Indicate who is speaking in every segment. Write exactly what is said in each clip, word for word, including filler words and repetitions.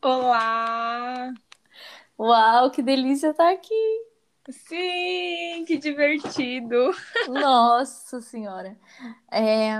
Speaker 1: Olá!
Speaker 2: Uau, que delícia estar aqui!
Speaker 1: Sim, que divertido!
Speaker 2: Nossa Senhora! É,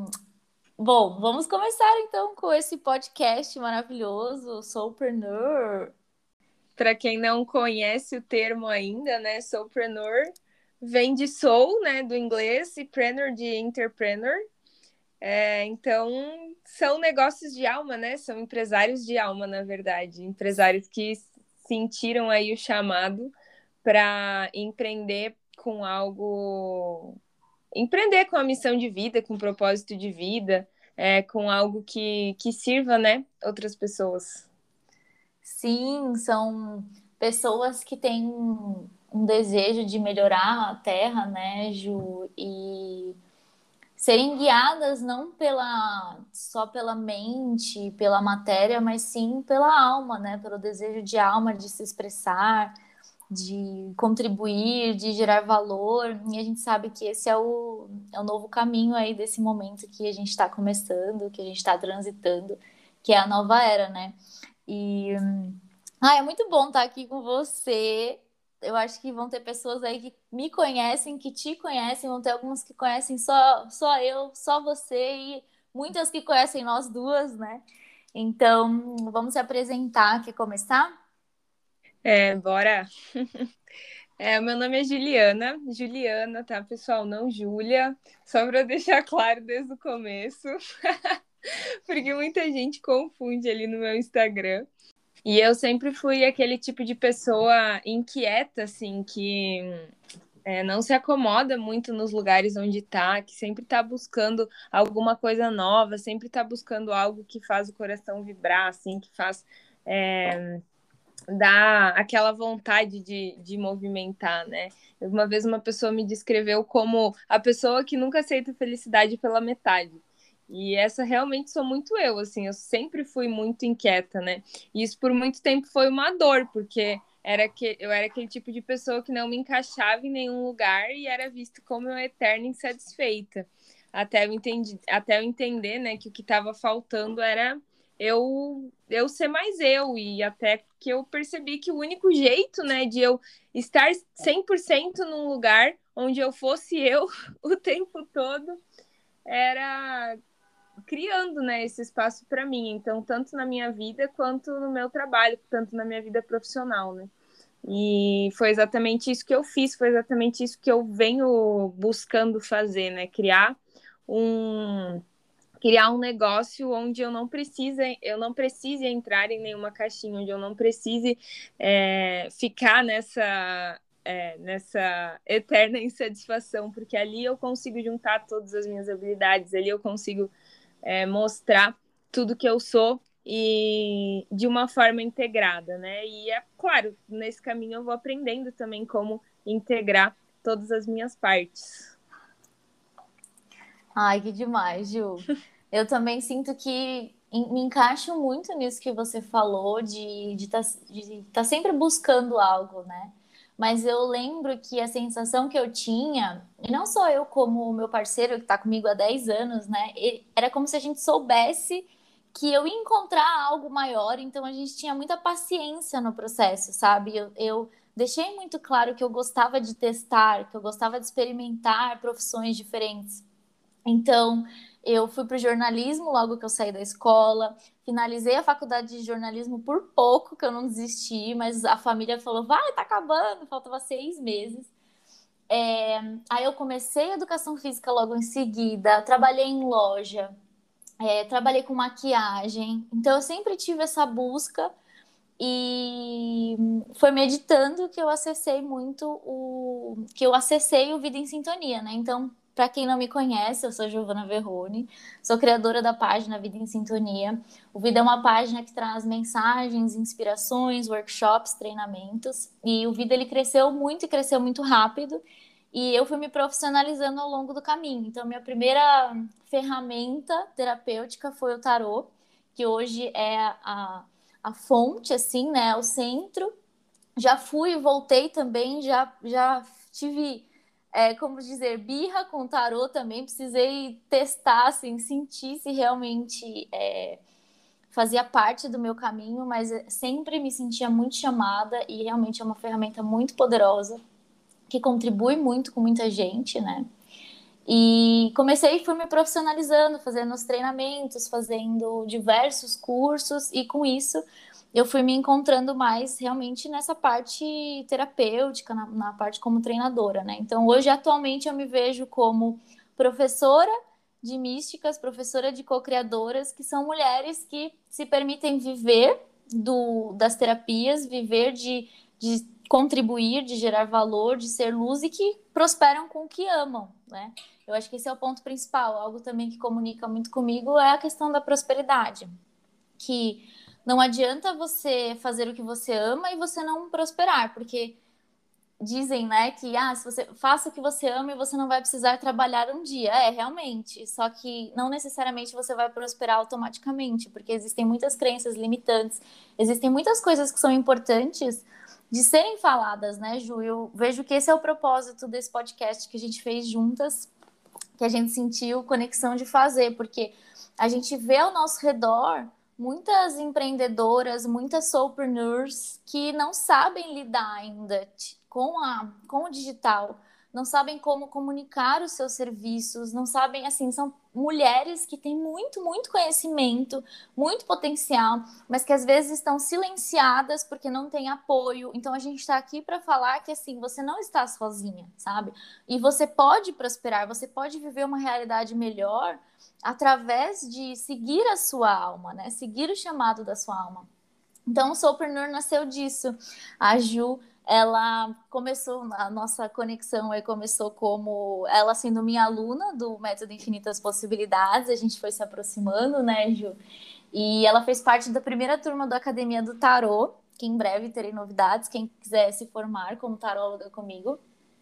Speaker 2: Bom, vamos começar então com esse podcast maravilhoso, Soulpreneur.
Speaker 1: Para quem não conhece o termo ainda, né, soulpreneur vem de soul, né, do inglês, e preneur de entrepreneur. É, então, são negócios de alma, né? São empresários de alma, na verdade. Empresários que sentiram aí o chamado para empreender com algo empreender com a missão de vida, com o propósito de vida, é, com algo que, que sirva, né, outras pessoas.
Speaker 2: Sim, são pessoas que têm um desejo de melhorar a Terra, né, Ju? E serem guiadas não pela só pela mente, pela matéria, mas sim pela alma, né? Pelo desejo de alma de se expressar, de contribuir, de gerar valor. E a gente sabe que esse é o, é o novo caminho aí desse momento que a gente está começando, que a gente está transitando, que é a nova era, né? E ah, é muito bom estar aqui com você. Eu acho que vão ter pessoas aí que me conhecem, que te conhecem, vão ter algumas que conhecem só, só eu, só você e muitas que conhecem nós duas, né? Então, vamos se apresentar. Quer começar?
Speaker 1: É, bora! É, meu nome é Juliana, Juliana, tá, pessoal? Não Júlia, só para deixar claro desde o começo, porque muita gente confunde ali no meu Instagram. E eu sempre fui aquele tipo de pessoa inquieta, assim, que é, não se acomoda muito nos lugares onde tá, que sempre tá buscando alguma coisa nova, sempre tá buscando algo que faz o coração vibrar, assim, que faz é, dar aquela vontade de, de movimentar, né? Uma vez uma pessoa me descreveu como a pessoa que nunca aceita felicidade pela metade. E essa realmente sou muito eu, assim, eu sempre fui muito inquieta, né? E isso por muito tempo foi uma dor, porque era que eu era aquele tipo de pessoa que não me encaixava em nenhum lugar e era vista como uma eterna insatisfeita. Até eu entendi, até eu entender, né, que o que estava faltando era eu eu ser mais eu e até que eu percebi que o único jeito, né, de eu estar cem por cento num lugar onde eu fosse eu o tempo todo era criando, né, esse espaço para mim. Então, tanto na minha vida quanto no meu trabalho, tanto na minha vida profissional, né? E foi exatamente isso que eu fiz, foi exatamente isso que eu venho buscando fazer, né? Criar um criar um negócio onde eu não precise, eu não precise entrar em nenhuma caixinha, onde eu não precise é, ficar nessa é, nessa eterna insatisfação, porque ali eu consigo juntar todas as minhas habilidades, ali eu consigo é, mostrar tudo que eu sou e de uma forma integrada, né? E é claro, nesse caminho eu vou aprendendo também como integrar todas as minhas partes.
Speaker 2: Ai, que demais, Ju. Eu também sinto que en- me encaixo muito nisso que você falou de estar de tá, de tá sempre buscando algo, né? Mas eu lembro que a sensação que eu tinha, e não só eu, como o meu parceiro que está comigo há dez anos, né? e- Era como se a gente soubesse que eu ia encontrar algo maior, então a gente tinha muita paciência no processo, sabe? Eu, eu deixei muito claro que eu gostava de testar, que eu gostava de experimentar profissões diferentes. Então, eu fui para o jornalismo logo que eu saí da escola, finalizei a faculdade de jornalismo por pouco, que eu não desisti, mas a família falou: vai, tá acabando, faltava seis meses. É, aí eu comecei a educação física logo em seguida, trabalhei em loja, é, trabalhei com maquiagem, então eu sempre tive essa busca e foi meditando que eu acessei muito o que eu acessei o Vida em Sintonia, né? Então, para quem não me conhece, eu sou Giovana Verrone, sou criadora da página Vida em Sintonia. O Vida é uma página que traz mensagens, inspirações, workshops, treinamentos, e o Vida ele cresceu muito e cresceu muito rápido. E eu fui me profissionalizando ao longo do caminho. Então, minha primeira ferramenta terapêutica foi o tarô, que hoje é a a fonte, assim, né? O centro. Já fui e voltei também, já, já tive, é, como dizer, birra com o tarô também. Precisei testar, assim, sentir se realmente é, fazia parte do meu caminho, mas sempre me sentia muito chamada e realmente é uma ferramenta muito poderosa que contribui muito com muita gente, né? E comecei e fui me profissionalizando, fazendo os treinamentos, fazendo diversos cursos e com isso eu fui me encontrando mais realmente nessa parte terapêutica, na, na parte como treinadora, né? Então hoje atualmente eu me vejo como professora de místicas, professora de co-criadoras, que são mulheres que se permitem viver do, das terapias, viver de, de contribuir, de gerar valor, de ser luz e que prosperam com o que amam, né? Eu acho que esse é o ponto principal. Algo também que comunica muito comigo é a questão da prosperidade. Que não adianta você fazer o que você ama e você não prosperar, porque dizem, né, que ah, se você faça o que você ama e você não vai precisar trabalhar um dia. É, realmente. Só que não necessariamente você vai prosperar automaticamente, porque existem muitas crenças limitantes, existem muitas coisas que são importantes de serem faladas, né, Ju? Eu vejo que esse é o propósito desse podcast que a gente fez juntas, que a gente sentiu conexão de fazer, porque a gente vê ao nosso redor muitas empreendedoras, muitas soulpreneurs que não sabem lidar ainda com, a, com o digital, não sabem como comunicar os seus serviços, não sabem, assim, são mulheres que têm muito, muito conhecimento, muito potencial, mas que às vezes estão silenciadas porque não têm apoio. Então a gente está aqui para falar que, assim, você não está sozinha, sabe? E você pode prosperar, você pode viver uma realidade melhor através de seguir a sua alma, né? Seguir o chamado da sua alma. Então o Soulpreneur nasceu disso. A Ju, ela começou, a nossa conexão aí começou como ela sendo minha aluna do Método Infinitas Possibilidades, a gente foi se aproximando, né, Ju? E ela fez parte da primeira turma da Academia do Tarô, que em breve terei novidades, quem quiser se formar como taróloga comigo.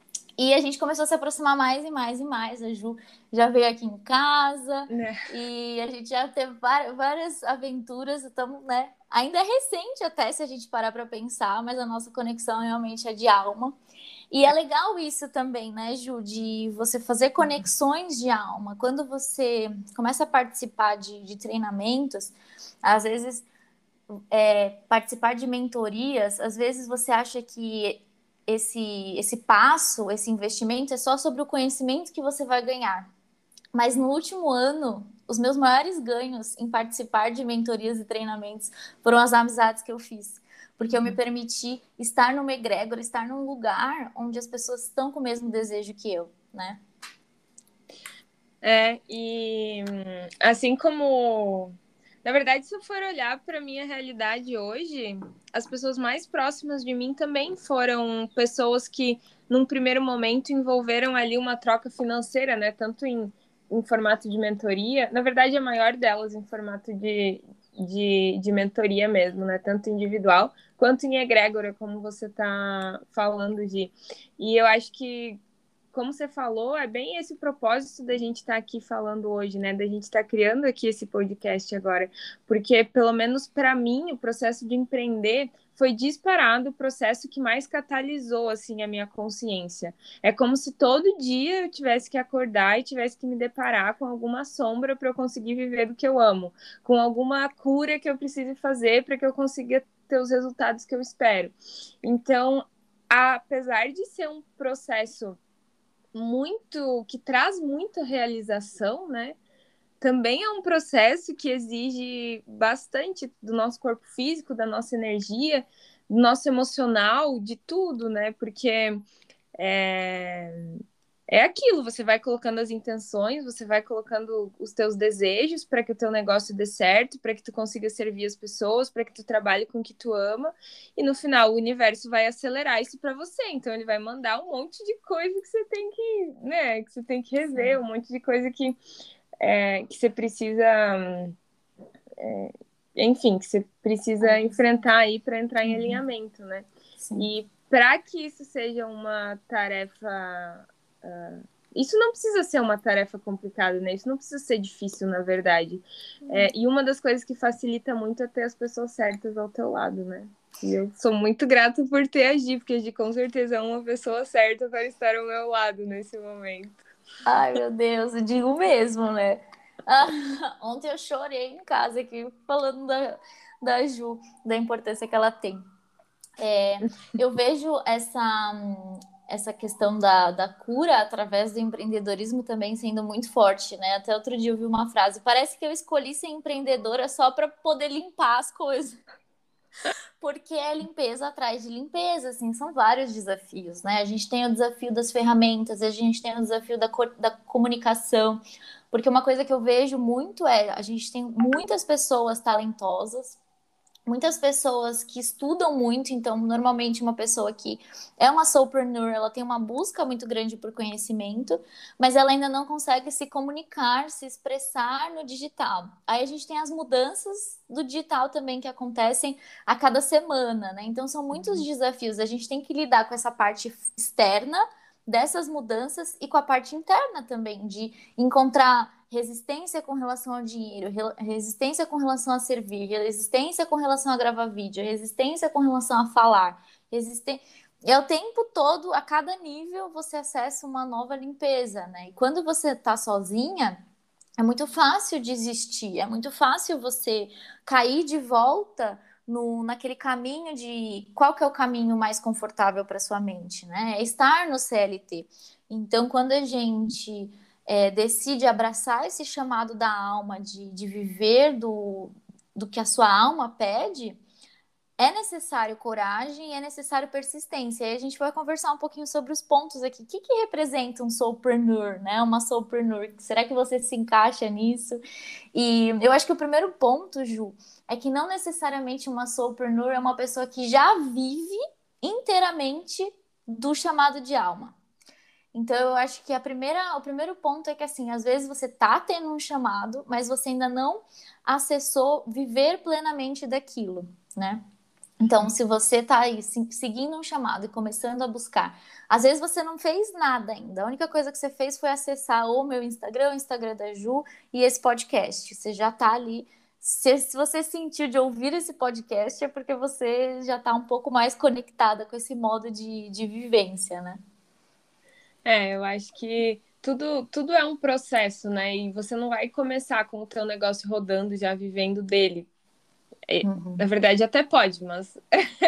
Speaker 2: E a gente começou a se aproximar mais e mais e mais. A Ju já veio aqui em casa,
Speaker 1: né?
Speaker 2: E a gente já teve várias aventuras. Estamos, né? Ainda é recente até, se a gente parar para pensar, mas a nossa conexão realmente é de alma. E é legal isso também, né, Ju, de você fazer conexões de alma. Quando você começa a participar de, de treinamentos, às vezes, é, participar de mentorias, às vezes você acha que esse, esse passo, esse investimento é só sobre o conhecimento que você vai ganhar. Mas no último ano, os meus maiores ganhos em participar de mentorias e treinamentos foram as amizades que eu fiz. Porque eu me permiti estar numa egrégora, estar num lugar onde as pessoas estão com o mesmo desejo que eu, né?
Speaker 1: É, e assim como... Na verdade, se eu for olhar para minha realidade hoje, as pessoas mais próximas de mim também foram pessoas que, num primeiro momento, envolveram ali uma troca financeira, né? Tanto em, em formato de mentoria, na verdade, a maior delas em formato de, de, de mentoria mesmo, né? Tanto individual quanto em egrégora, como você está falando, de. E eu acho que, como você falou, é bem esse o propósito da gente estar tá aqui falando hoje, né? Da gente estar tá criando aqui esse podcast agora. Porque, pelo menos para mim, o processo de empreender foi disparado o processo que mais catalisou, assim, a minha consciência. É como se todo dia eu tivesse que acordar e tivesse que me deparar com alguma sombra para eu conseguir viver do que eu amo. Com alguma cura que eu precise fazer para que eu consiga ter os resultados que eu espero. Então, apesar de ser um processo muito, que traz muita realização, né? Também é um processo que exige bastante do nosso corpo físico, da nossa energia, do nosso emocional, de tudo, né? Porque é, é aquilo, você vai colocando as intenções, você vai colocando os teus desejos para que o teu negócio dê certo, para que tu consiga servir as pessoas, para que tu trabalhe com o que tu ama, e no final o universo vai acelerar isso para você. Então ele vai mandar um monte de coisa que você tem que, né, que você tem que rever, um monte de coisa que, é, que você precisa, é, enfim, que você precisa enfrentar aí para entrar em alinhamento, né? Sim. E para que isso seja uma tarefa... Uh, isso não precisa ser uma tarefa complicada, né? Isso não precisa ser difícil, na verdade. Uhum. É, e uma das coisas que facilita muito é ter as pessoas certas ao teu lado, né? E eu sou muito grata por ter a Gi, porque a Gi com certeza é uma pessoa certa para estar ao meu lado nesse momento.
Speaker 2: Ai, meu Deus, eu digo mesmo, né? Ah, ontem eu chorei em casa aqui, falando da, da Ju, da importância que ela tem. É, eu vejo essa, essa questão da, da cura através do empreendedorismo também sendo muito forte, né? Até outro dia eu vi uma frase: parece que eu escolhi ser empreendedora só para poder limpar as coisas, porque é limpeza atrás de limpeza, assim, são vários desafios, né? A gente tem o desafio das ferramentas, a gente tem o desafio da, co da comunicação, porque uma coisa que eu vejo muito é a gente tem muitas pessoas talentosas, muitas pessoas que estudam muito, então normalmente uma pessoa que é uma soulpreneur, ela tem uma busca muito grande por conhecimento, mas ela ainda não consegue se comunicar, se expressar no digital. Aí a gente tem as mudanças do digital também que acontecem a cada semana, né? Então são muitos desafios. A gente tem que lidar com essa parte externa dessas mudanças e com a parte interna também, de encontrar resistência com relação ao dinheiro, resistência com relação a servir, resistência com relação a gravar vídeo, resistência com relação a falar, resistência. É o tempo todo, a cada nível, você acessa uma nova limpeza, né? E quando você tá sozinha, é muito fácil desistir, é muito fácil você cair de volta no, naquele caminho de qual que é o caminho mais confortável para sua mente, né? É estar no C L T. Então, quando a gente é, decide abraçar esse chamado da alma de, de viver do, do que a sua alma pede, é necessário coragem, é necessário persistência. E aí a gente vai conversar um pouquinho sobre os pontos aqui. O que, que representa um soulpreneur, né? Uma soulpreneur. Será que você se encaixa nisso? E eu acho que o primeiro ponto, Ju, é que não necessariamente uma soulpreneur é uma pessoa que já vive inteiramente do chamado de alma. Então, eu acho que a primeira, o primeiro ponto é que, assim, às vezes você tá tendo um chamado, mas você ainda não acessou viver plenamente daquilo, né? Então, se você está aí seguindo um chamado e começando a buscar, às vezes você não fez nada ainda. A única coisa que você fez foi acessar o meu Instagram, o Instagram da Ju e esse podcast. Você já está ali. Se, se você sentiu de ouvir esse podcast, é porque você já está um pouco mais conectada com esse modo de, de vivência, né?
Speaker 1: É, eu acho que tudo, tudo é um processo, né? E você não vai começar com o teu negócio rodando, já vivendo dele. É,
Speaker 2: Uhum.
Speaker 1: na verdade, até pode, mas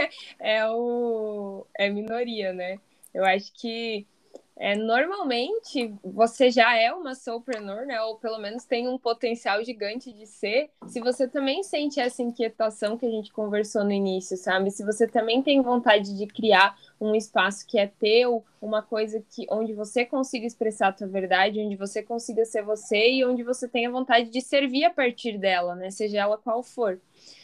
Speaker 1: é o é minoria, né? Eu acho que é, normalmente você já é uma soulpreneur, né? Ou pelo menos tem um potencial gigante de ser. Se você também sente essa inquietação que a gente conversou no início, sabe? Se você também tem vontade de criar um espaço que é teu, uma coisa que onde você consiga expressar a tua verdade, onde você consiga ser você e onde você tenha vontade de servir a partir dela, né? Seja ela qual for.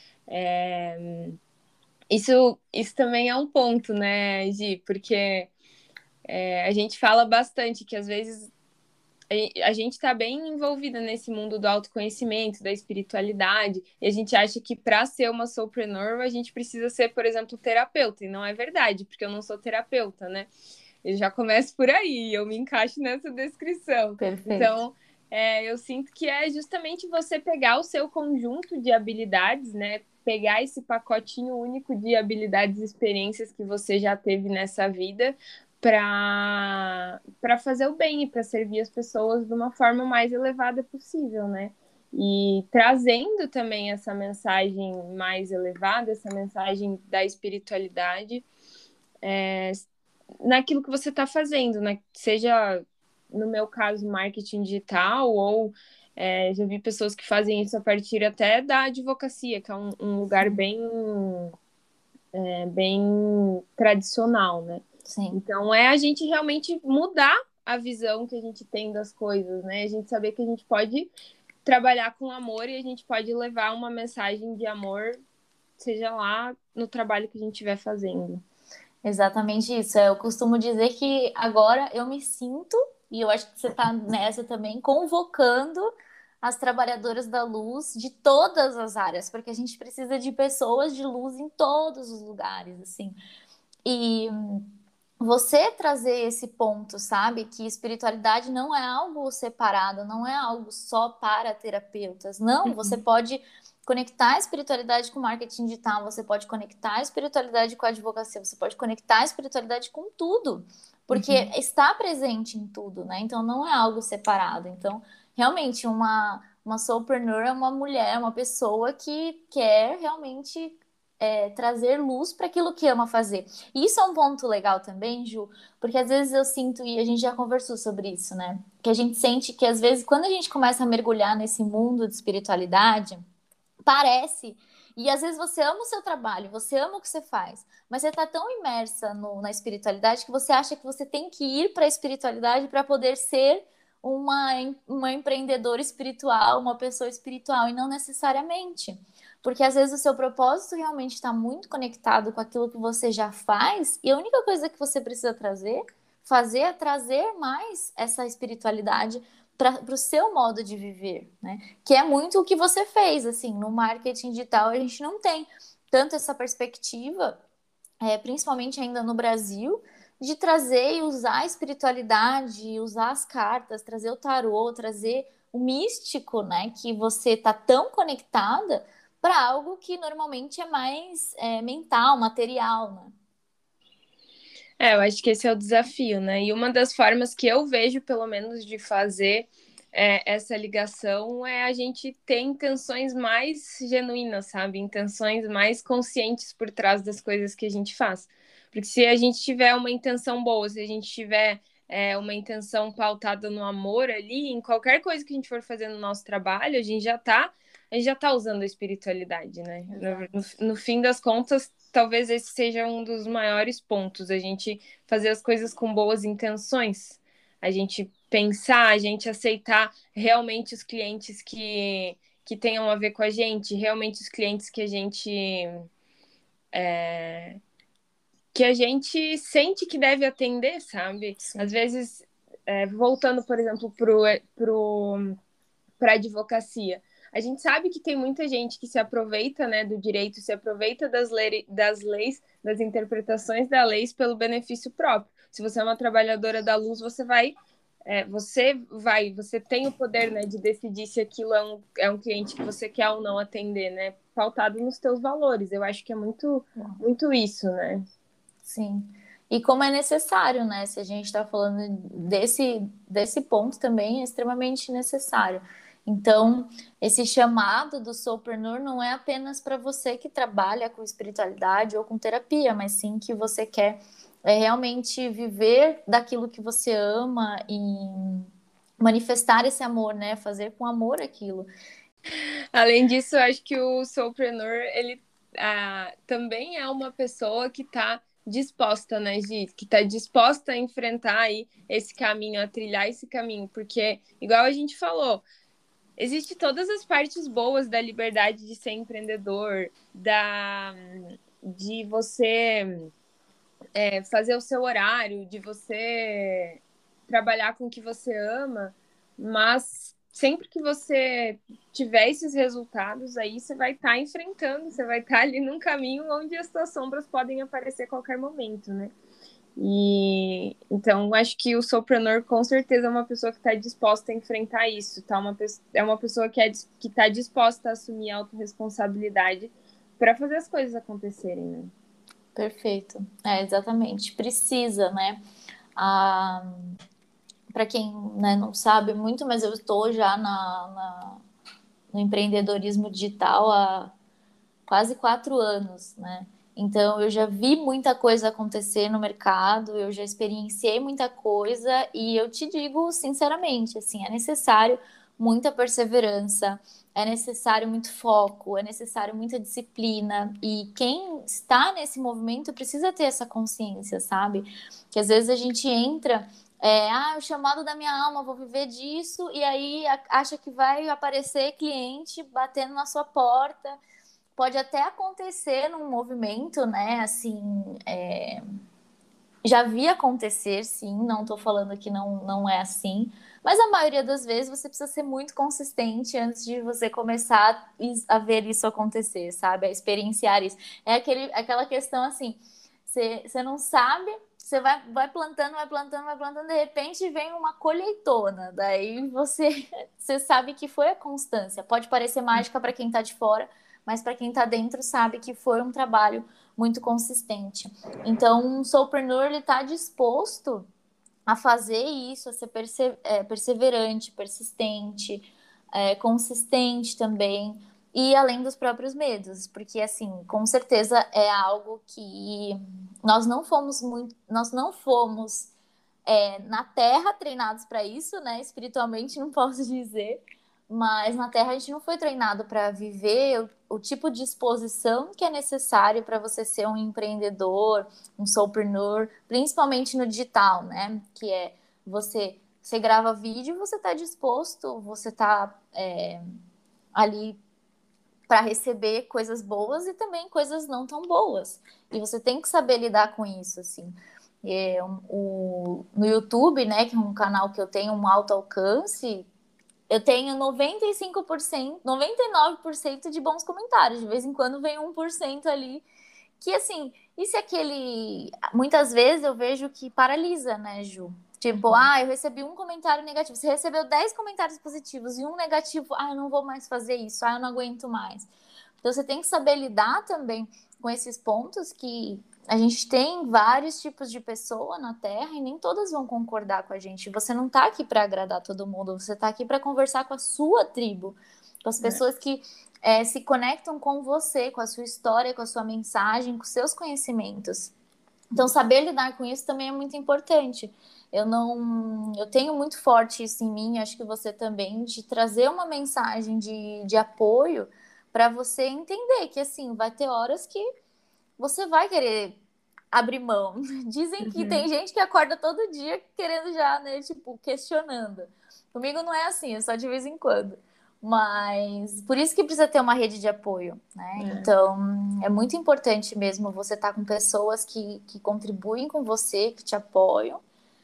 Speaker 1: É... Isso, isso também é um ponto, né, Gi? Porque é, a gente fala bastante que às vezes a gente está bem envolvida nesse mundo do autoconhecimento, da espiritualidade, e a gente acha que para ser uma soulpreneur a gente precisa ser, por exemplo, terapeuta, e não é verdade, porque eu não sou terapeuta, né? Eu já começo por aí, eu me encaixo nessa descrição.
Speaker 2: Perfeito.
Speaker 1: Então, é, eu sinto que é justamente você pegar o seu conjunto de habilidades, né? Pegar esse pacotinho único de habilidades e experiências que você já teve nessa vida para para fazer o bem e para servir as pessoas de uma forma mais elevada possível, né? E trazendo também essa mensagem mais elevada, essa mensagem da espiritualidade, é, naquilo que você está fazendo, né? Seja, no meu caso, marketing digital, ou é, já vi pessoas que fazem isso a partir até da advocacia, que é um, um lugar bem, é, bem tradicional, né?
Speaker 2: Sim.
Speaker 1: Então, é a gente realmente mudar a visão que a gente tem das coisas, né? A gente saber que a gente pode trabalhar com amor e a gente pode levar uma mensagem de amor, seja lá no trabalho que a gente estiver fazendo.
Speaker 2: Exatamente isso. Eu costumo dizer que agora eu me sinto, e eu acho que você está nessa também, convocando as trabalhadoras da luz de todas as áreas, porque a gente precisa de pessoas de luz em todos os lugares, assim. E você trazer esse ponto, sabe? Que espiritualidade não é algo separado, não é algo só para terapeutas. Não, você pode conectar a espiritualidade com marketing digital, você pode conectar a espiritualidade com a advocacia, você pode conectar a espiritualidade com tudo, porque uhum. está presente em tudo, né? Então não é algo separado. Então, realmente, uma, Uma soulpreneur é uma mulher, uma pessoa que quer realmente é, trazer luz para aquilo que ama fazer. E isso é um ponto legal também, Ju, porque às vezes eu sinto, e a gente já conversou sobre isso, né? Que a gente sente que às vezes quando a gente começa a mergulhar nesse mundo de espiritualidade, parece. E às vezes você ama o seu trabalho, você ama o que você faz, mas você está tão imersa no, na espiritualidade que você acha que você tem que ir para a espiritualidade para poder ser uma, uma empreendedora espiritual, uma pessoa espiritual, e não necessariamente. Porque às vezes o seu propósito realmente está muito conectado com aquilo que você já faz, e a única coisa que você precisa trazer, fazer é trazer mais essa espiritualidade para o seu modo de viver, né? Que é muito o que você fez, assim, no marketing digital a gente não tem tanto essa perspectiva, é, principalmente ainda no Brasil, de trazer e usar a espiritualidade, usar as cartas, trazer o tarô, trazer o místico, né? Que você tá tão conectada para algo que normalmente é mais é, mental, material, né?
Speaker 1: É, eu acho que esse é o desafio, né? E uma das formas que eu vejo, pelo menos, de fazer é, essa ligação é a gente ter intenções mais genuínas, sabe? Intenções mais conscientes por trás das coisas que a gente faz. Porque se a gente tiver uma intenção boa, se a gente tiver é, uma intenção pautada no amor ali, em qualquer coisa que a gente for fazer no nosso trabalho, a gente já tá, a gente já tá usando a espiritualidade, né? No, no, no fim das contas, talvez esse seja um dos maiores pontos, a gente fazer as coisas com boas intenções, a gente pensar, a gente aceitar realmente os clientes que, que tenham a ver com a gente, realmente os clientes que a gente é, que a gente sente que deve atender, sabe? Às
Speaker 2: Sim.
Speaker 1: vezes, é, voltando, por exemplo, pro, pro, para a advocacia. A gente sabe que tem muita gente que se aproveita, né, do direito, se aproveita das, le das leis, das interpretações da lei pelo benefício próprio. Se você é uma trabalhadora da luz, você vai, é, você vai, você tem o poder, né, de decidir se aquilo é um, é um cliente que você quer ou não atender, né, pautado nos teus valores. Eu acho que é muito, muito isso, né?
Speaker 2: Sim. E como é necessário, né? Se a gente está falando desse, desse ponto também, é extremamente necessário. Então, esse chamado do Soulpreneur não é apenas para você que trabalha com espiritualidade ou com terapia, mas sim que você quer é, realmente viver daquilo que você ama e manifestar esse amor, né? Fazer com amor aquilo.
Speaker 1: Além disso, eu acho que o soulpreneur, ele ah, também é uma pessoa que está disposta, né, Gi? Que está disposta a enfrentar aí esse caminho, a trilhar esse caminho, porque, igual a gente falou, existe todas as partes boas da liberdade de ser empreendedor, da, de você é, fazer o seu horário, de você trabalhar com o que você ama, mas sempre que você tiver esses resultados, aí você vai estar tá enfrentando, você vai estar tá ali num caminho onde as suas sombras podem aparecer a qualquer momento, né? E então acho que o soulpreneur com certeza é uma pessoa que está disposta a enfrentar isso, tá? Uma, é uma pessoa que é, que está disposta a assumir a autorresponsabilidade para fazer as coisas acontecerem, né?
Speaker 2: Perfeito. É, exatamente. Precisa, né? Ah, para quem, né, não sabe muito, mas eu estou já na, na, no empreendedorismo digital há quase quatro anos, né? Então eu já vi muita coisa acontecer no mercado, eu já experienciei muita coisa e eu te digo sinceramente, assim, é necessário muita perseverança, é necessário muito foco, é necessário muita disciplina e quem está nesse movimento precisa ter essa consciência, sabe? Que às vezes a gente entra é, ah, o chamado da minha alma, vou viver disso, e aí acha que vai aparecer cliente batendo na sua porta. Pode até acontecer num movimento, né? Assim, é... já vi acontecer, sim. Não estou falando que não, não é assim, mas a maioria das vezes você precisa ser muito consistente antes de você começar a ver isso acontecer, sabe? A experienciar isso. É aquele, aquela questão assim: você, você não sabe. Você vai, vai plantando, vai plantando, vai plantando, de repente vem uma colheitona. Daí você, você sabe que foi a constância. Pode parecer mágica para quem está de fora, mas para quem está dentro sabe que foi um trabalho muito consistente. Então, um soulpreneur ele está disposto a fazer isso, a ser perse é, perseverante, persistente, é, consistente também, e além dos próprios medos, porque assim, com certeza é algo que nós não fomos muito, nós não fomos é, na Terra treinados para isso, né? Espiritualmente não posso dizer, mas na Terra a gente não foi treinado para viver o, o tipo de exposição que é necessário para você ser um empreendedor, um solopreneur, principalmente no digital, né? Que é você, você grava vídeo, você está disposto, você está é, ali para receber coisas boas e também coisas não tão boas. E você tem que saber lidar com isso, assim. É, o, no YouTube, né, que é um canal que eu tenho um alto alcance, eu tenho noventa e cinco por cento, noventa e nove por cento de bons comentários. De vez em quando vem um por cento ali que, assim, e se aquele... Muitas vezes eu vejo que paralisa, né, Ju? Tipo, ah, eu recebi um comentário negativo. Você recebeu dez comentários positivos e um negativo. Ah, eu não vou mais fazer isso. Ah, eu não aguento mais. Então, você tem que saber lidar também com esses pontos que a gente tem vários tipos de pessoa na Terra e nem todas vão concordar com a gente. Você não tá aqui para agradar todo mundo. Você tá aqui para conversar com a sua tribo, com as pessoas que é, se conectam com você, com a sua história, com a sua mensagem, com seus conhecimentos. Então, saber lidar com isso também é muito importante. Eu não, eu tenho muito forte isso em mim, acho que você também, de trazer uma mensagem de, de apoio para você entender que, assim, vai ter horas que você vai querer abrir mão. Dizem que tem
Speaker 1: Uhum.
Speaker 2: gente que acorda todo dia querendo já, né, tipo, questionando. Comigo não é assim, é só de vez em quando. Mas por isso que precisa ter uma rede de apoio, né?
Speaker 1: É.
Speaker 2: Então, é muito importante mesmo você estar com pessoas que, que contribuem com você, que te apoiam,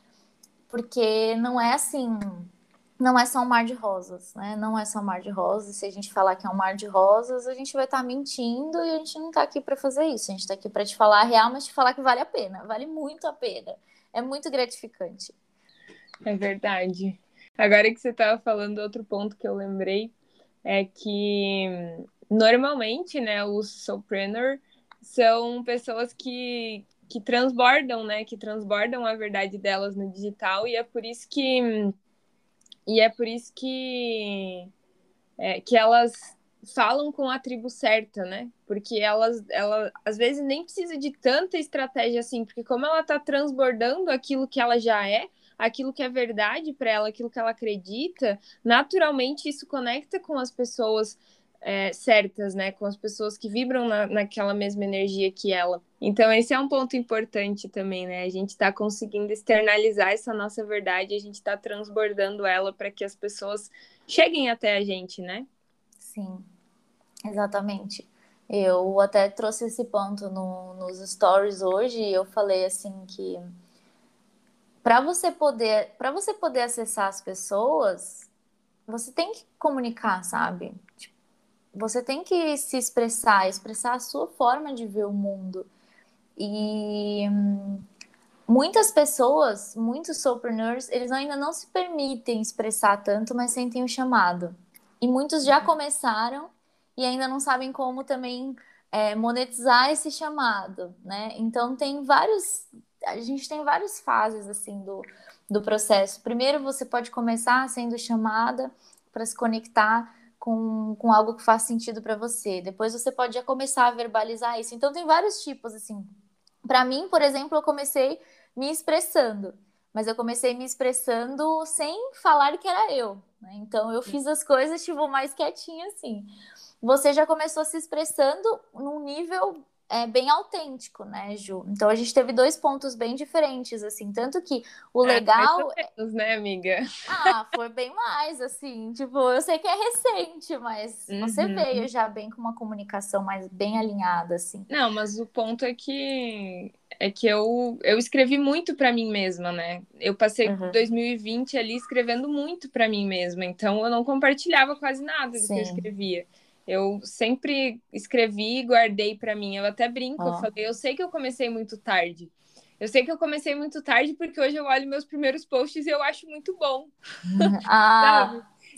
Speaker 2: porque não é assim, não é só um mar de rosas, né? Não é só um mar de rosas. Se a gente falar que é um mar de rosas, a gente vai estar mentindo e a gente não está aqui para fazer isso. A gente está aqui para te falar a real, mas te falar que vale a pena, vale muito a pena. É muito gratificante.
Speaker 1: É verdade. Agora que você estava falando, outro ponto que eu lembrei é que normalmente, né, os solopreneur são pessoas que, que transbordam, né, que transbordam a verdade delas no digital e é por isso que e é por isso que é, que elas falam com a tribo certa, né? Porque elas, ela às vezes nem precisa de tanta estratégia assim, porque como ela tá transbordando aquilo que ela já é, aquilo que é verdade para ela, aquilo que ela acredita, naturalmente isso conecta com as pessoas é, certas, né? Com as pessoas que vibram na, naquela mesma energia que ela. Então, esse é um ponto importante também, né? A gente está conseguindo externalizar essa nossa verdade, a gente está transbordando ela para que as pessoas cheguem até a gente, né?
Speaker 2: Sim, exatamente. Eu até trouxe esse ponto no, nos stories hoje e eu falei assim que para você poder, para você poder acessar as pessoas, você tem que comunicar, sabe? Tipo, você tem que se expressar, expressar a sua forma de ver o mundo. E hum, muitas pessoas, muitos solopreneurs, eles ainda não se permitem expressar tanto, mas sentem o chamado. E muitos já começaram e ainda não sabem como também é, monetizar esse chamado, né? Então tem vários, a gente tem várias fases assim do, do processo. Primeiro você pode começar sendo chamada para se conectar com, com algo que faz sentido para você. Depois você pode já começar a verbalizar isso. Então tem vários tipos assim. Para mim, por exemplo, eu comecei me expressando, mas eu comecei me expressando sem falar que era eu, né? Então eu fiz as coisas tipo mais quietinha assim. Você já começou se expressando num nível é, bem autêntico, né, Ju? Então a gente teve dois pontos bem diferentes, assim, tanto que o
Speaker 1: É, mais ou
Speaker 2: legal
Speaker 1: menos, né, amiga?
Speaker 2: ah, foi bem mais, assim, tipo, eu sei que é recente, mas você veio
Speaker 1: Uhum.
Speaker 2: já bem com uma comunicação mais bem alinhada, assim.
Speaker 1: Não, mas o ponto é que é que eu, eu escrevi muito para mim mesma, né? Eu passei
Speaker 2: Uhum.
Speaker 1: dois mil e vinte ali escrevendo muito para mim mesma, então eu não compartilhava quase nada do que eu
Speaker 2: Sim,
Speaker 1: escrevia. Eu sempre escrevi e guardei para mim. Eu até brinco, eu
Speaker 2: ó.
Speaker 1: falei, eu sei que eu comecei muito tarde. Eu sei que eu comecei muito tarde porque hoje eu olho meus primeiros posts e eu acho muito bom,
Speaker 2: Ah,
Speaker 1: sabe?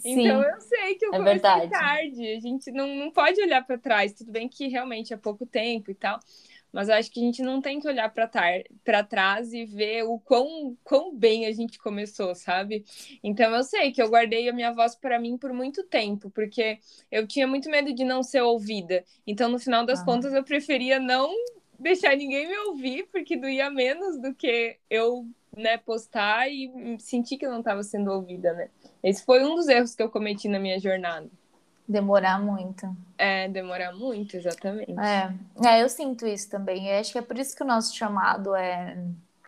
Speaker 1: Então
Speaker 2: Sim,
Speaker 1: eu sei que eu
Speaker 2: é
Speaker 1: comecei
Speaker 2: verdade.
Speaker 1: tarde. A gente não, não pode olhar para trás. Tudo bem que realmente é pouco tempo e tal, mas eu acho que a gente não tem que olhar para trás e ver o quão, quão bem a gente começou, sabe? Então eu sei que eu guardei a minha voz para mim por muito tempo, porque eu tinha muito medo de não ser ouvida. Então, no final das
Speaker 2: Ah,
Speaker 1: contas, eu preferia não deixar ninguém me ouvir, porque doía menos do que eu, né, postar e sentir que eu não estava sendo ouvida, né? Esse foi um dos erros que eu cometi na minha jornada.
Speaker 2: demorar muito.
Speaker 1: É, demorar muito, exatamente.
Speaker 2: É, é, eu sinto isso também. Eu acho que é por isso que o nosso chamado é,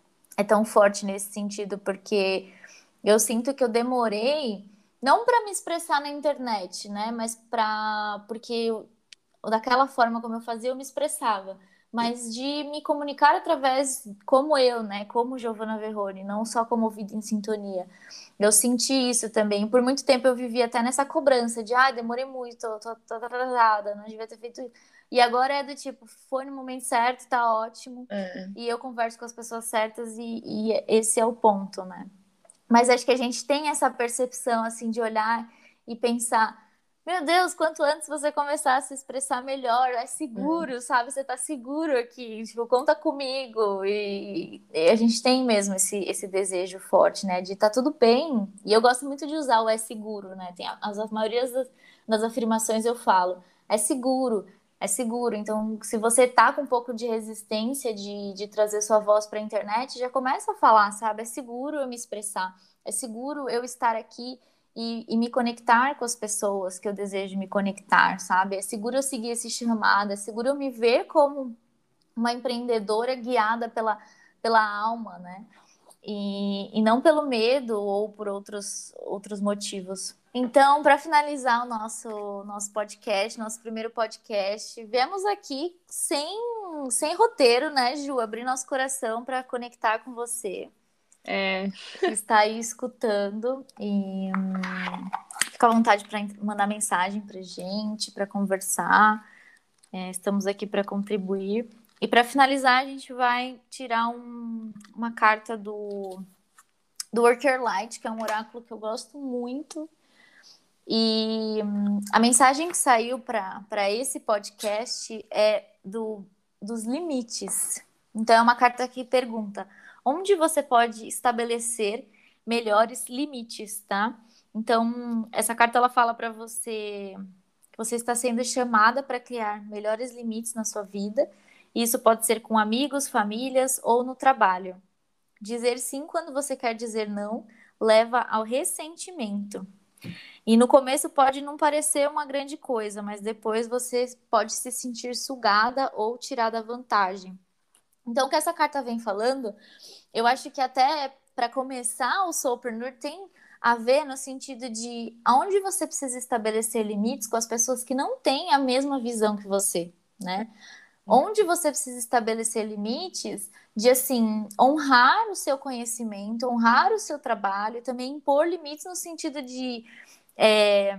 Speaker 2: é tão forte nesse sentido, porque eu sinto que eu demorei, não para me expressar na internet, né? Mas para porque eu, daquela forma como eu fazia, eu me expressava, mas de me comunicar através como eu, né? Como Giovanna Verrone, não só como Vida em Sintonia. Eu senti isso também. Por muito tempo eu vivi até nessa cobrança de, ah, demorei muito, tô, tô, tô atrasada, não devia ter feito isso. E agora é do tipo, foi no momento certo, tá ótimo.
Speaker 1: É.
Speaker 2: E eu converso com as pessoas certas e, e esse é o ponto, né? Mas acho que a gente tem essa percepção, assim, de olhar e pensar, meu Deus, quanto antes você começar a se expressar melhor, é
Speaker 1: É.
Speaker 2: seguro, sabe? Você tá seguro aqui, tipo, conta comigo. E, e a gente tem mesmo esse, esse desejo forte, né? De tá tudo bem. E eu gosto muito de usar o é seguro, né? Tem a, as, a maioria das, das afirmações eu falo, é seguro. É seguro, então se você tá com um pouco de resistência de, de trazer sua voz para a internet, já começa a falar, sabe? É seguro eu me expressar, é seguro eu estar aqui e, e me conectar com as pessoas que eu desejo me conectar, sabe? É seguro eu seguir esse chamado, é seguro eu me ver como uma empreendedora guiada pela, pela alma, né? E, e não pelo medo ou por outros, outros motivos. Então, para finalizar o nosso, nosso podcast, nosso primeiro podcast, viemos aqui sem, sem roteiro, né, Ju? Abrir nosso coração para conectar com você
Speaker 1: É.
Speaker 2: que está aí escutando e hum, fica à vontade para mandar mensagem para gente, para conversar. É, estamos aqui para contribuir. E para finalizar, a gente vai tirar um, uma carta do, do Worker Light, que é um oráculo que eu gosto muito. E hum, a mensagem que saiu para esse podcast é do, dos limites. Então, é uma carta que pergunta: onde você pode estabelecer melhores limites, tá? Então, essa carta ela fala para você que você está sendo chamada para criar melhores limites na sua vida. Isso pode ser com amigos, famílias ou no trabalho. Dizer sim quando você quer dizer não leva ao ressentimento. E no começo pode não parecer uma grande coisa, mas depois você pode se sentir sugada ou tirada vantagem. Então, o que essa carta vem falando, eu acho que até para começar o Soulpreneur tem a ver no sentido de aonde você precisa estabelecer limites com as pessoas que não têm a mesma visão que você, né? Onde você precisa estabelecer limites de, assim, honrar o seu conhecimento, honrar o seu trabalho, e também impor limites no sentido de é,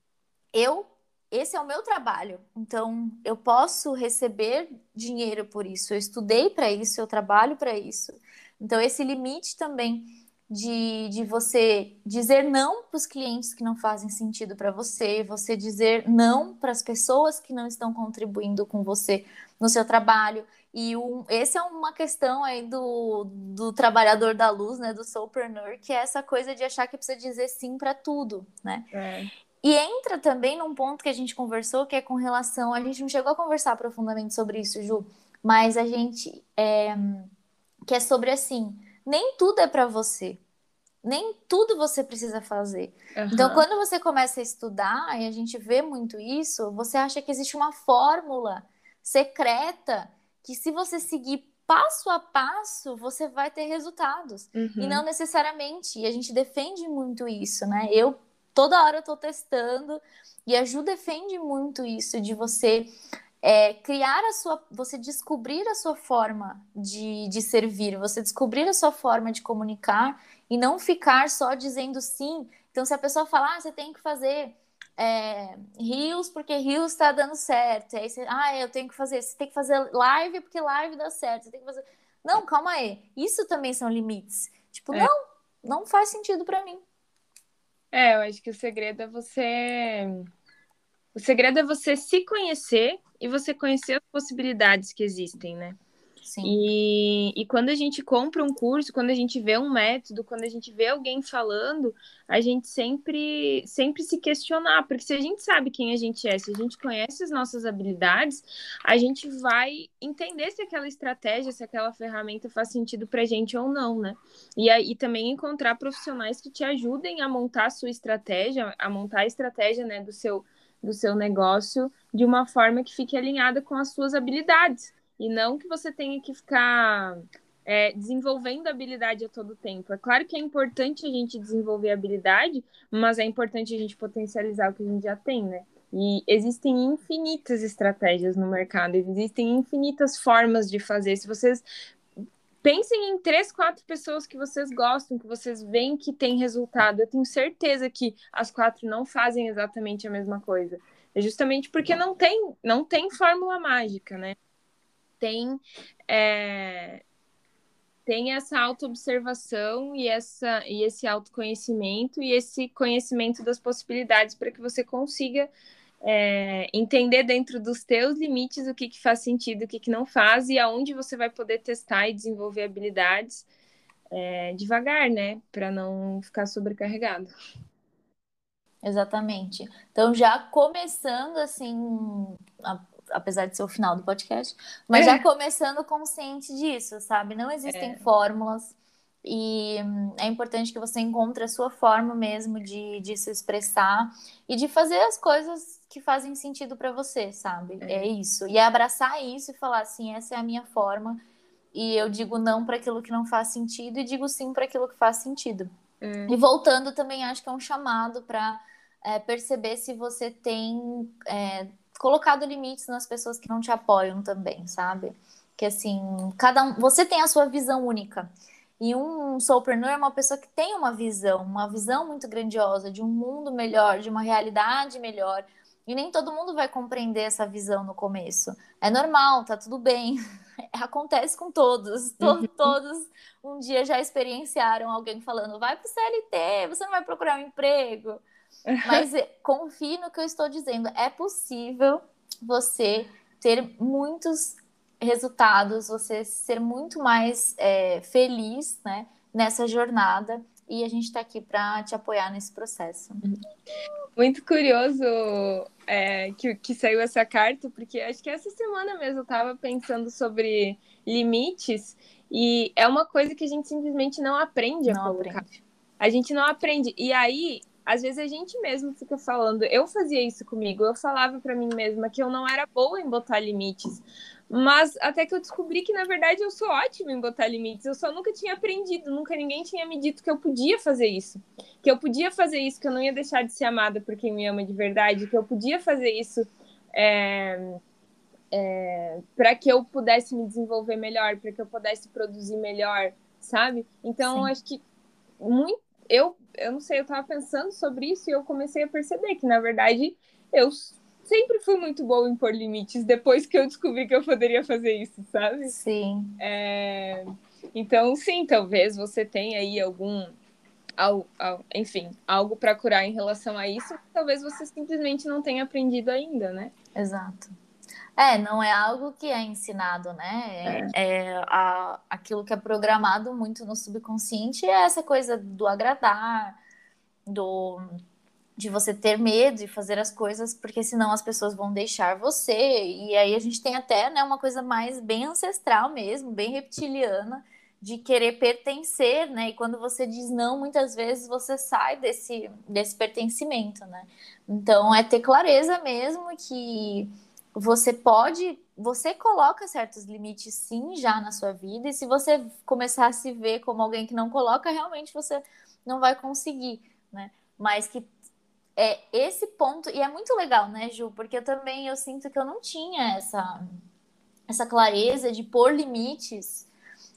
Speaker 2: eu, esse é o meu trabalho, então eu posso receber dinheiro por isso, eu estudei para isso, eu trabalho para isso. Então, esse limite também de, de você dizer não para os clientes que não fazem sentido para você, você dizer não para as pessoas que não estão contribuindo com você no seu trabalho. E um, esse é uma questão aí do, do trabalhador da luz, né, do soulpreneur, que é essa coisa de achar que precisa dizer sim para tudo, né?
Speaker 1: É.
Speaker 2: E entra também num ponto que a gente conversou, que é com relação. A gente não chegou a conversar profundamente sobre isso, Ju, mas a gente. É, que é sobre assim: nem tudo é para você. Nem tudo você precisa fazer. Então,
Speaker 1: Aham.
Speaker 2: quando você começa a estudar, e a gente vê muito isso, você acha que existe uma fórmula secreta que, se você seguir passo a passo, você vai ter resultados. E não
Speaker 1: Uhum.
Speaker 2: necessariamente. E a gente defende muito isso, né? Eu, toda hora, eu tô testando. E a Ju defende muito isso, de você é, criar a sua, você descobrir a sua forma de, de servir, você descobrir a sua forma de comunicar e não ficar só dizendo sim. Então, se a pessoa falar, ah, você tem que fazer é, rios porque rios está dando certo, e aí você, ah, eu tenho que fazer, você tem que fazer live porque live dá certo, você tem que fazer. Não, calma aí. Isso também são limites. Tipo,
Speaker 1: É.
Speaker 2: não, não faz sentido para mim.
Speaker 1: É, eu acho que o segredo é você. O segredo é você se conhecer e você conhecer as possibilidades que existem, né?
Speaker 2: Sim.
Speaker 1: E, e quando a gente compra um curso, quando a gente vê um método, quando a gente vê alguém falando, a gente sempre, sempre se questionar, porque se a gente sabe quem a gente é, se a gente conhece as nossas habilidades, a gente vai entender se aquela estratégia, se aquela ferramenta faz sentido pra gente ou não, né? E aí também encontrar profissionais que te ajudem a montar a sua estratégia, a montar a estratégia, né, do seu, do seu negócio de uma forma que fique alinhada com as suas habilidades. E não que você tenha que ficar é, desenvolvendo habilidade a todo tempo. É claro que é importante a gente desenvolver habilidade, mas é importante a gente potencializar o que a gente já tem, né? E existem infinitas estratégias no mercado, existem infinitas formas de fazer. Se vocês pensem em três, quatro pessoas que vocês gostam, que vocês veem que tem resultado, eu tenho certeza que as quatro não fazem exatamente a mesma coisa. É justamente porque não tem, não tem fórmula mágica, né? Tem, é, tem essa autoobservação e, essa, e esse autoconhecimento e esse conhecimento das possibilidades para que você consiga é, entender dentro dos teus limites o que, que faz sentido, o que, que não faz e aonde você vai poder testar e desenvolver habilidades é, devagar, né? Para não ficar sobrecarregado.
Speaker 2: Exatamente. Então, já começando assim, a- apesar de ser o final do podcast, mas já
Speaker 1: É,
Speaker 2: começando consciente disso, sabe? Não existem
Speaker 1: é,
Speaker 2: fórmulas e hum, é importante que você encontre a sua forma mesmo de, de se expressar e de fazer as coisas que fazem sentido para você, sabe? É
Speaker 1: é,
Speaker 2: isso. E é abraçar isso e falar assim, essa é a minha forma. E eu digo não para aquilo que não faz sentido e digo sim para aquilo que faz sentido.
Speaker 1: é,
Speaker 2: E voltando também, acho que é um chamado para é, perceber se você tem é, colocado limites nas pessoas que não te apoiam também, sabe? Que assim, cada um, você tem a sua visão única. E um solopreneur é uma pessoa que tem uma visão, uma visão muito grandiosa de um mundo melhor, de uma realidade melhor. E nem todo mundo vai compreender essa visão no começo. É normal, tá tudo bem. Acontece com todos. To-
Speaker 1: uhum,
Speaker 2: todos um dia já experienciaram alguém falando: vai pro C L T, você não vai procurar um emprego. Mas eh, confie no que eu estou dizendo. É possível você ter muitos resultados, você ser muito mais é, feliz, né, nessa jornada. E a gente está aqui para te apoiar nesse processo.
Speaker 1: Muito curioso é, que, que saiu essa carta, porque acho que essa semana mesmo eu estava pensando sobre limites e é uma coisa que a gente simplesmente não aprende a
Speaker 2: Não
Speaker 1: colocar.
Speaker 2: aprende.
Speaker 1: A gente não aprende. E aí, às vezes a gente mesmo fica falando. Eu fazia isso comigo. Eu falava para mim mesma que eu não era boa em botar limites. Mas até que eu descobri que, na verdade, eu sou ótima em botar limites. Eu só nunca tinha aprendido, nunca ninguém tinha me dito que eu podia fazer isso. Que eu podia fazer isso, que eu não ia deixar de ser amada por quem me ama de verdade, que eu podia fazer isso é, é, para que eu pudesse me desenvolver melhor, para que eu pudesse produzir melhor, sabe? Então,
Speaker 2: Sim.
Speaker 1: acho que muito. Eu, eu não sei, eu tava pensando sobre isso e eu comecei a perceber que, na verdade, eu sempre fui muito boa em pôr limites depois que eu descobri que eu poderia fazer isso, sabe?
Speaker 2: Sim.
Speaker 1: É... Então, sim, talvez você tenha aí algum. Al, al, enfim, algo para curar em relação a isso, talvez você simplesmente não tenha aprendido ainda, né?
Speaker 2: Exato. É, não é algo que é ensinado, né?
Speaker 1: É,
Speaker 2: É, é a, aquilo que é programado muito no subconsciente é essa coisa do agradar, do de você ter medo e fazer as coisas porque senão as pessoas vão deixar você. E aí a gente tem até, né, uma coisa mais bem ancestral mesmo, bem reptiliana, de querer pertencer, né? E quando você diz não, muitas vezes você sai desse, desse pertencimento, né? Então é ter clareza mesmo que você pode, você coloca certos limites sim já na sua vida, e se você começar a se ver como alguém que não coloca, realmente você não vai conseguir, né? Mas que é esse ponto, e é muito legal, né, Ju? Porque eu também eu sinto que eu não tinha essa, essa clareza de pôr limites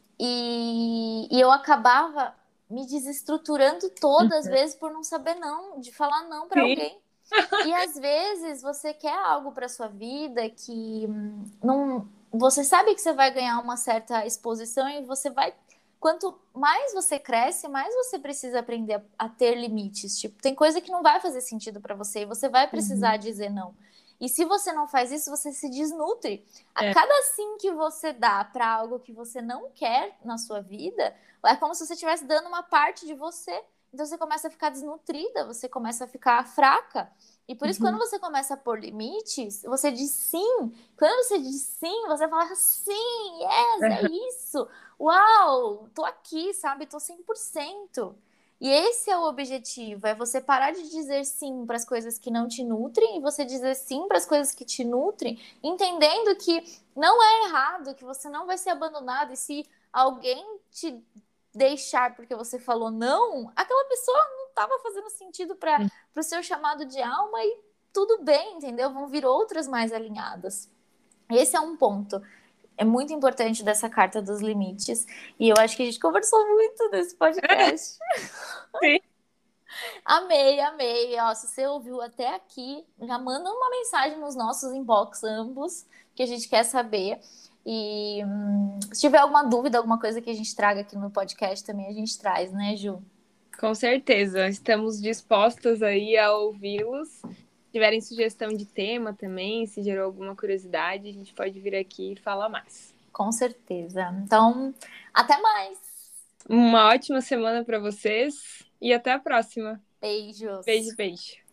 Speaker 2: e, e eu acabava me desestruturando todas as vezes por não saber não, de falar não para
Speaker 1: sim,
Speaker 2: alguém. E às vezes você quer algo para sua vida que hum, não, você sabe que você vai ganhar uma certa exposição e você vai quanto mais você cresce, mais você precisa aprender a, a ter limites. Tipo, tem coisa que não vai fazer sentido para você e você vai precisar
Speaker 1: Uhum.
Speaker 2: dizer não. E se você não faz isso, você se desnutre. A
Speaker 1: É.
Speaker 2: cada sim que você dá para algo que você não quer na sua vida, é como se você estivesse dando uma parte de você. Então você começa a ficar desnutrida, você começa a ficar fraca. E por isso, quando
Speaker 1: Uhum.
Speaker 2: você começa a pôr limites, você diz sim. Quando você diz sim, você fala sim, yes, é
Speaker 1: Aham.
Speaker 2: isso. Uau, tô aqui, sabe? Tô cem por cento. E esse é o objetivo, é você parar de dizer sim para as coisas que não te nutrem e você dizer sim para as coisas que te nutrem, entendendo que não é errado, que você não vai ser abandonado e se alguém te deixar porque você falou não, aquela pessoa não estava fazendo sentido para o seu chamado de alma e tudo bem, entendeu? Vão vir outras mais alinhadas. Esse é um ponto. É muito importante dessa carta dos limites. E eu acho que a gente conversou muito nesse podcast.
Speaker 1: Sim.
Speaker 2: Amei, amei. Ó, se você ouviu até aqui, já manda uma mensagem nos nossos inbox ambos, que a gente quer saber. E hum, se tiver alguma dúvida, alguma coisa que a gente traga aqui no podcast, também a gente traz, né, Ju?
Speaker 1: Com certeza, estamos dispostas aí a ouvi-los. Se tiverem sugestão de tema também, se gerou alguma curiosidade, a gente pode vir aqui e falar mais.
Speaker 2: Com certeza. Então, até mais.
Speaker 1: Uma ótima semana para vocês e até a próxima.
Speaker 2: Beijos.
Speaker 1: Beijo, beijo.